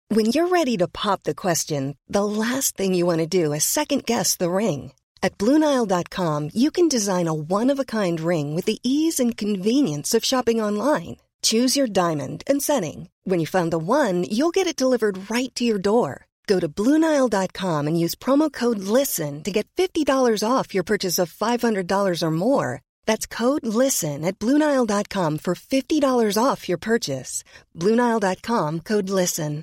When you're ready to pop the question, the last thing you want to do is second-guess the ring. At BlueNile.com, you can design a one-of-a-kind ring with the ease and convenience of shopping online. Choose your diamond and setting. When you find the one, you'll get it delivered right to your door. Go to BlueNile.com and use promo code LISTEN to get $50 off your purchase of $500 or more. That's code LISTEN at BlueNile.com for $50 off your purchase. BlueNile.com, code LISTEN.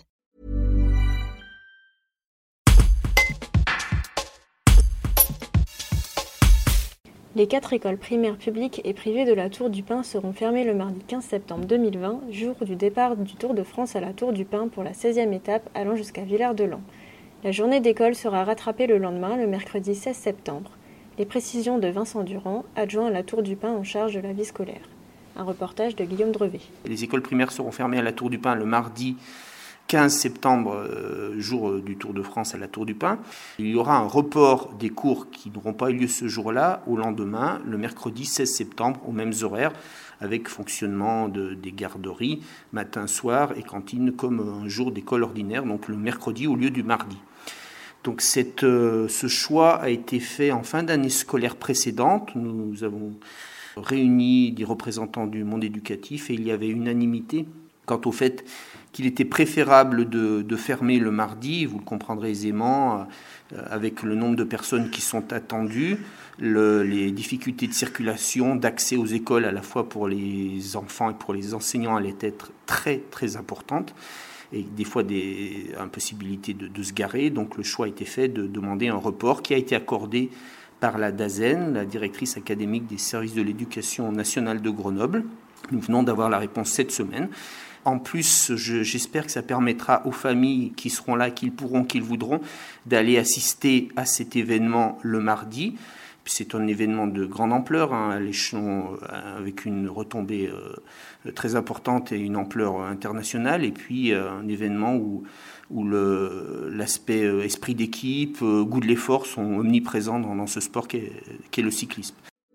Les 4 écoles primaires publiques et privées de la Tour du Pin seront fermées le mardi 15 septembre 2020, jour du départ du Tour de France à la Tour du Pin pour la 16e étape allant jusqu'à Villard-de-Lans. La journée d'école sera rattrapée le lendemain, le mercredi 16 septembre. Les précisions de Vincent Durand, adjoint à la Tour du Pin en charge de la vie scolaire. Un reportage de Guillaume Drevet. Les écoles primaires seront fermées à la Tour du Pin le mardi 15 septembre, jour du Tour de France à la Tour du Pin. Il y aura un report des cours qui n'auront pas eu lieu ce jour-là au lendemain, le mercredi 16 septembre, aux mêmes horaires, avec fonctionnement des garderies, matin, soir et cantine, comme un jour d'école ordinaire, donc le mercredi au lieu du mardi. Donc ce choix a été fait en fin d'année scolaire précédente. Nous avons réuni des représentants du monde éducatif et il y avait unanimité quant au fait qu'il était préférable de fermer le mardi, vous le comprendrez aisément, avec le nombre de personnes qui sont attendues, les difficultés de circulation, d'accès aux écoles à la fois pour les enfants et pour les enseignants allaient être très très importantes, et des fois des impossibilités de se garer. Donc le choix a été fait de demander un report qui a été accordé par la DAZEN, la directrice académique des services de l'éducation nationale de Grenoble. Nous venons d'avoir la réponse cette semaine. En plus, j'espère que ça permettra aux familles qui seront là, qu'ils voudront, d'aller assister à cet événement le mardi. C'est un événement de grande ampleur, à l'échelon, avec une retombée très importante et une ampleur internationale. Et puis un événement où l'aspect esprit d'équipe, goût de l'effort sont omniprésents dans ce sport qu'est le cyclisme.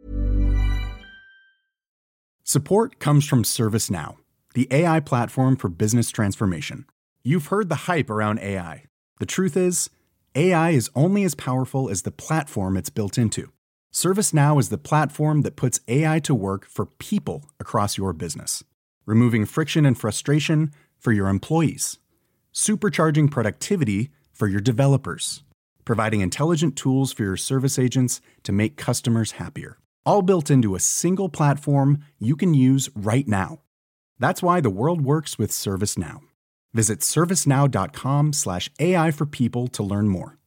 Support comes from ServiceNow, the AI platform for business transformation. You've heard the hype around AI. The truth is, AI is only as powerful as the platform it's built into. ServiceNow is the platform that puts AI to work for people across your business, removing friction and frustration for your employees, supercharging productivity for your developers, providing intelligent tools for your service agents to make customers happier, all built into a single platform you can use right now. That's why the world works with ServiceNow. Visit servicenow.com/AI for people to learn more.